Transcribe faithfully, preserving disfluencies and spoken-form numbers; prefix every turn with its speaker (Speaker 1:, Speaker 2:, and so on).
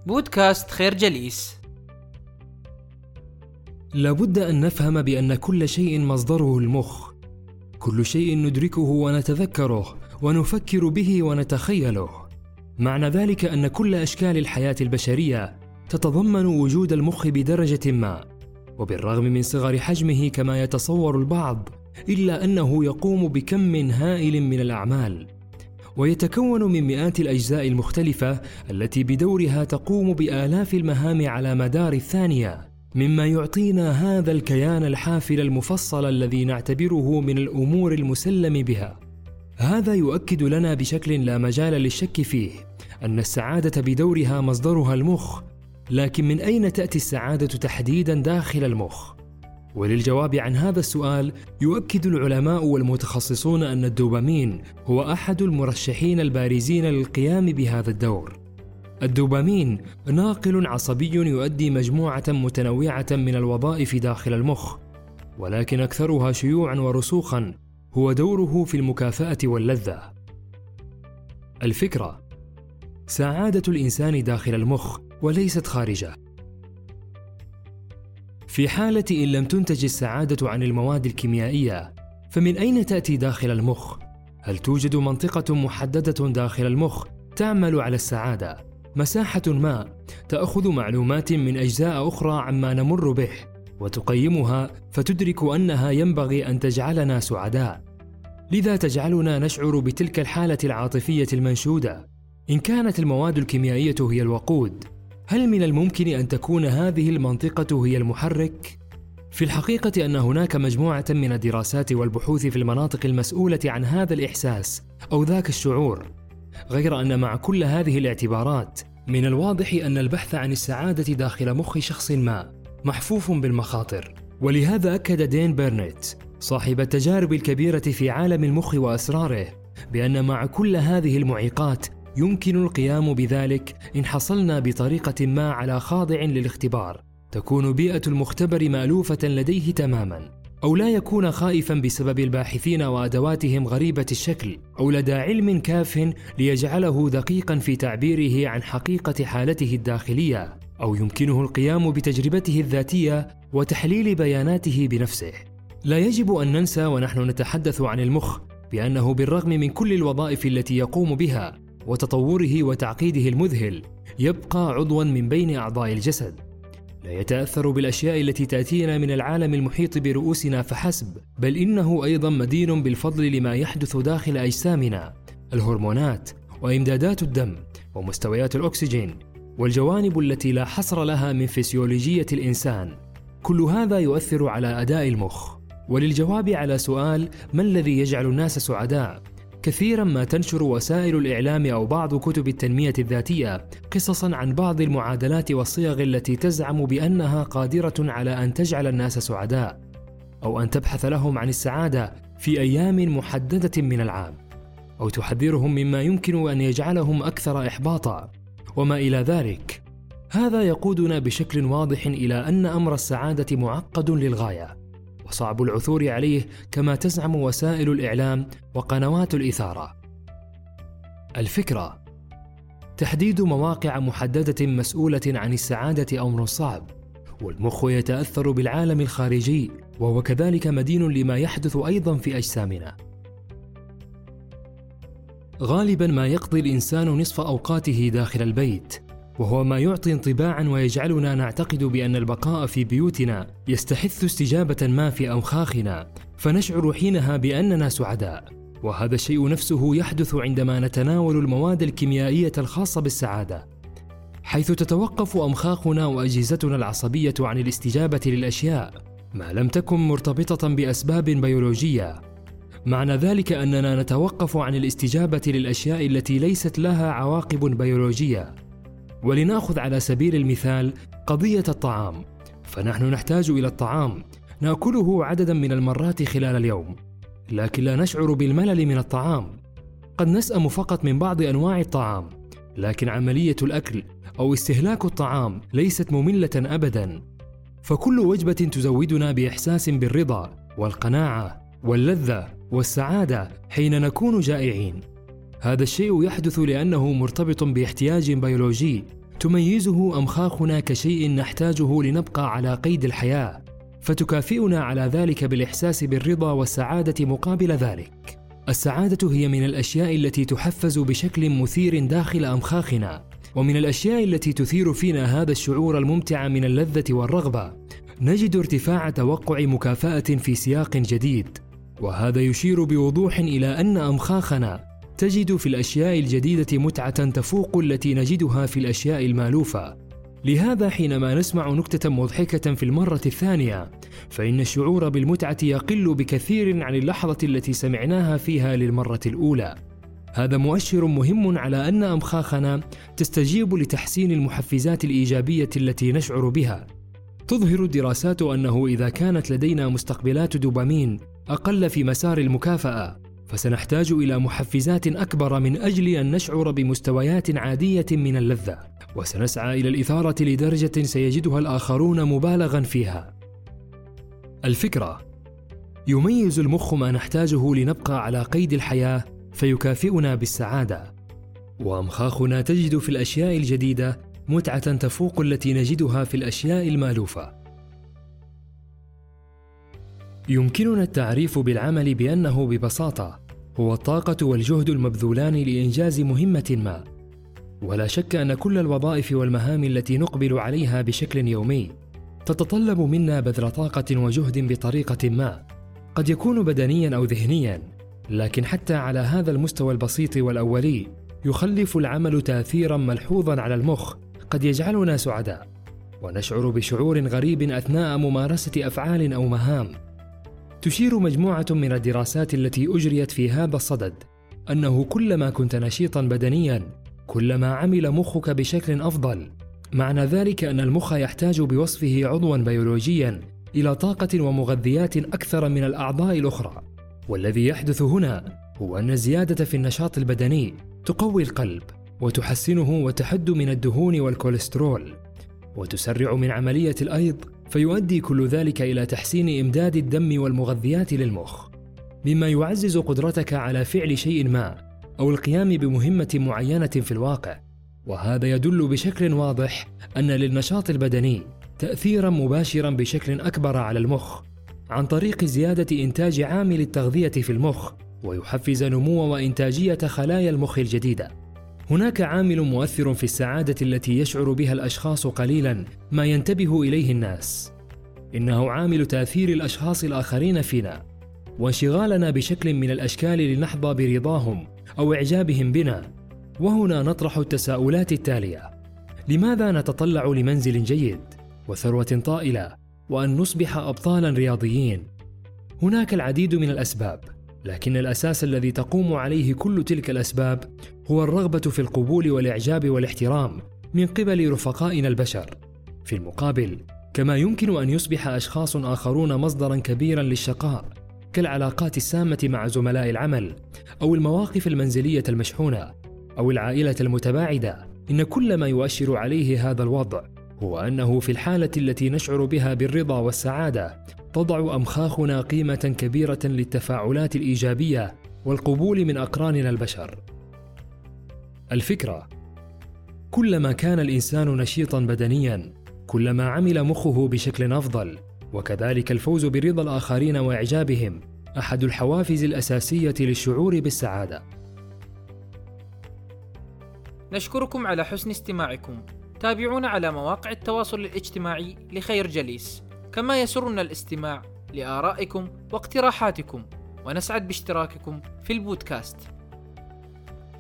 Speaker 1: بودكاست خير جليس.
Speaker 2: لابد أن نفهم بأن كل شيء مصدره المخ. كل شيء ندركه ونتذكره ونفكر به ونتخيله. معنى ذلك أن كل أشكال الحياة البشرية تتضمن وجود المخ بدرجة ما، وبالرغم من صغر حجمه كما يتصور البعض، إلا أنه يقوم بكم هائل من الأعمال، ويتكون من مئات الأجزاء المختلفة التي بدورها تقوم بآلاف المهام على مدار الثانية، مما يعطينا هذا الكيان الحافل المفصل الذي نعتبره من الأمور المسلم بها. هذا يؤكد لنا بشكل لا مجال للشك فيه أن السعادة بدورها مصدرها المخ. لكن من أين تأتي السعادة تحديداً داخل المخ؟ وللجواب عن هذا السؤال يؤكد العلماء والمتخصصون أن الدوبامين هو أحد المرشحين البارزين للقيام بهذا الدور. الدوبامين ناقل عصبي يؤدي مجموعة متنوعة من الوظائف داخل المخ، ولكن أكثرها شيوعاً ورسوخاً هو دوره في المكافأة واللذة. الفكرة: سعادة الإنسان داخل المخ وليست خارجه. في حالة إن لم تنتج السعادة عن المواد الكيميائية، فمن أين تأتي داخل المخ؟ هل توجد منطقة محددة داخل المخ تعمل على السعادة؟ مساحة ما تأخذ معلومات من أجزاء أخرى عما نمر به وتقيمها، فتدرك أنها ينبغي أن تجعلنا سعداء، لذا تجعلنا نشعر بتلك الحالة العاطفية المنشودة. إن كانت المواد الكيميائية هي الوقود، هل من الممكن أن تكون هذه المنطقة هي المحرك؟ في الحقيقة أن هناك مجموعة من الدراسات والبحوث في المناطق المسؤولة عن هذا الإحساس أو ذاك الشعور، غير أن مع كل هذه الاعتبارات من الواضح أن البحث عن السعادة داخل مخ شخص ما محفوف بالمخاطر. ولهذا أكد دين بيرنيت صاحب التجارب الكبيرة في عالم المخ وأسراره بأن مع كل هذه المعيقات يمكن القيام بذلك إن حصلنا بطريقة ما على خاضع للاختبار تكون بيئة المختبر مألوفة لديه تماما، أو لا يكون خائفا بسبب الباحثين وأدواتهم غريبة الشكل، أو لدى علم كاف ليجعله دقيقا في تعبيره عن حقيقة حالته الداخلية، أو يمكنه القيام بتجربته الذاتية وتحليل بياناته بنفسه. لا يجب أن ننسى ونحن نتحدث عن المخ بأنه بالرغم من كل الوظائف التي يقوم بها وتطوره وتعقيده المذهل، يبقى عضواً من بين أعضاء الجسد، لا يتأثر بالأشياء التي تأتينا من العالم المحيط برؤوسنا فحسب، بل إنه أيضاً مدين بالفضل لما يحدث داخل أجسامنا: الهرمونات وإمدادات الدم ومستويات الأكسجين والجوانب التي لا حصر لها من فسيولوجية الإنسان. كل هذا يؤثر على أداء المخ. وللجواب على سؤال ما الذي يجعل الناس سعداء، كثيرا ما تنشر وسائل الإعلام أو بعض كتب التنمية الذاتية قصصا عن بعض المعادلات والصيغ التي تزعم بأنها قادرة على أن تجعل الناس سعداء، أو أن تبحث لهم عن السعادة في أيام محددة من العام، أو تحذرهم مما يمكن أن يجعلهم أكثر إحباطا وما إلى ذلك. هذا يقودنا بشكل واضح إلى أن أمر السعادة معقد للغاية وصعب العثور عليه كما تزعم وسائل الإعلام وقنوات الإثارة. الفكرة: تحديد مواقع محددة مسؤولة عن السعادة أمر صعب، والمخ يتأثر بالعالم الخارجي، وهو كذلك مدين لما يحدث أيضا في أجسامنا. غالبا ما يقضي الإنسان نصف أوقاته داخل البيت، وهو ما يعطي انطباعا ويجعلنا نعتقد بأن البقاء في بيوتنا يستحث استجابة ما في أمخاخنا، فنشعر حينها بأننا سعداء. وهذا الشيء نفسه يحدث عندما نتناول المواد الكيميائية الخاصة بالسعادة، حيث تتوقف أمخاخنا وأجهزتنا العصبية عن الاستجابة للأشياء ما لم تكن مرتبطة بأسباب بيولوجية. معنى ذلك أننا نتوقف عن الاستجابة للأشياء التي ليست لها عواقب بيولوجية. ولنأخذ على سبيل المثال قضية الطعام، فنحن نحتاج إلى الطعام نأكله عددا من المرات خلال اليوم، لكن لا نشعر بالملل من الطعام. قد نسأم فقط من بعض أنواع الطعام، لكن عملية الأكل أو استهلاك الطعام ليست مملة أبدا. فكل وجبة تزودنا بإحساس بالرضا والقناعة واللذة والسعادة حين نكون جائعين. هذا الشيء يحدث لأنه مرتبط باحتياج بيولوجي تميزه أمخاخنا كشيء نحتاجه لنبقى على قيد الحياة، فتكافئنا على ذلك بالإحساس بالرضا والسعادة مقابل ذلك. السعادة هي من الأشياء التي تحفز بشكل مثير داخل أمخاخنا، ومن الأشياء التي تثير فينا هذا الشعور الممتع من اللذة والرغبة نجد ارتفاع توقع مكافأة في سياق جديد، وهذا يشير بوضوح إلى أن أمخاخنا تجد في الأشياء الجديدة متعة تفوق التي نجدها في الأشياء المألوفة. لهذا حينما نسمع نكتة مضحكة في المرة الثانية فإن الشعور بالمتعة يقل بكثير عن اللحظة التي سمعناها فيها للمرة الأولى. هذا مؤشر مهم على أن أمخاخنا تستجيب لتحسين المحفزات الإيجابية التي نشعر بها. تظهر الدراسات أنه إذا كانت لدينا مستقبلات دوبامين أقل في مسار المكافأة فسنحتاج إلى محفزات أكبر من أجل أن نشعر بمستويات عادية من اللذة، وسنسعى إلى الإثارة لدرجة سيجدها الآخرون مبالغاً فيها. الفكرة: يميز المخ ما نحتاجه لنبقى على قيد الحياة فيكافئنا بالسعادة، وأمخاخنا تجد في الأشياء الجديدة متعة تفوق التي نجدها في الأشياء المألوفة. يمكننا التعريف بالعمل بأنه ببساطة هو الطاقة والجهد المبذولان لإنجاز مهمة ما، ولا شك أن كل الوظائف والمهام التي نقبل عليها بشكل يومي تتطلب منا بذل طاقة وجهد بطريقة ما، قد يكون بدنياً أو ذهنياً، لكن حتى على هذا المستوى البسيط والأولي يخلف العمل تأثيراً ملحوظاً على المخ قد يجعلنا سعداء، ونشعر بشعور غريب أثناء ممارسة أفعال أو مهام. تشير مجموعة من الدراسات التي أجريت في هذا الصدد أنه كلما كنت نشيطاً بدنياً كلما عمل مخك بشكل أفضل. معنى ذلك أن المخ يحتاج بوصفه عضواً بيولوجياً إلى طاقة ومغذيات أكثر من الأعضاء الأخرى، والذي يحدث هنا هو أن الزيادة في النشاط البدني تقوي القلب وتحسنه وتحد من الدهون والكوليسترول وتسرع من عملية الأيض، فيؤدي كل ذلك إلى تحسين إمداد الدم والمغذيات للمخ، مما يعزز قدرتك على فعل شيء ما أو القيام بمهمة معينة في الواقع. وهذا يدل بشكل واضح أن للنشاط البدني تأثيراً مباشراً بشكل أكبر على المخ عن طريق زيادة إنتاج عامل التغذية في المخ، ويحفز نمو وإنتاجية خلايا المخ الجديدة. هناك عامل مؤثر في السعادة التي يشعر بها الأشخاص قليلاً ما ينتبه إليه الناس، إنه عامل تأثير الأشخاص الآخرين فينا وانشغالنا بشكل من الأشكال لنحظى برضاهم أو إعجابهم بنا. وهنا نطرح التساؤلات التالية: لماذا نتطلع لمنزل جيد وثروة طائلة وأن نصبح أبطالاً رياضيين؟ هناك العديد من الأسباب، لكن الأساس الذي تقوم عليه كل تلك الأسباب هو الرغبة في القبول والإعجاب والاحترام من قبل رفقائنا البشر. في المقابل، كما يمكن أن يصبح أشخاص آخرون مصدراً كبيراً للشقاء كالعلاقات السامة مع زملاء العمل أو المواقف المنزلية المشحونة أو العائلة المتباعدة. إن كل ما يؤشر عليه هذا الوضع هو أنه في الحالة التي نشعر بها بالرضا والسعادة تضع أمخاخنا قيمة كبيرة للتفاعلات الإيجابية والقبول من أقراننا البشر. الفكرة: كلما كان الإنسان نشيطاً بدنياً كلما عمل مخه بشكل أفضل، وكذلك الفوز برضا الآخرين وإعجابهم أحد الحوافز الأساسية للشعور بالسعادة.
Speaker 1: نشكركم على حسن استماعكم. تابعونا على مواقع التواصل الاجتماعي لخير جليس، كما يسرنا الاستماع لآرائكم واقتراحاتكم، ونسعد باشتراككم في البودكاست.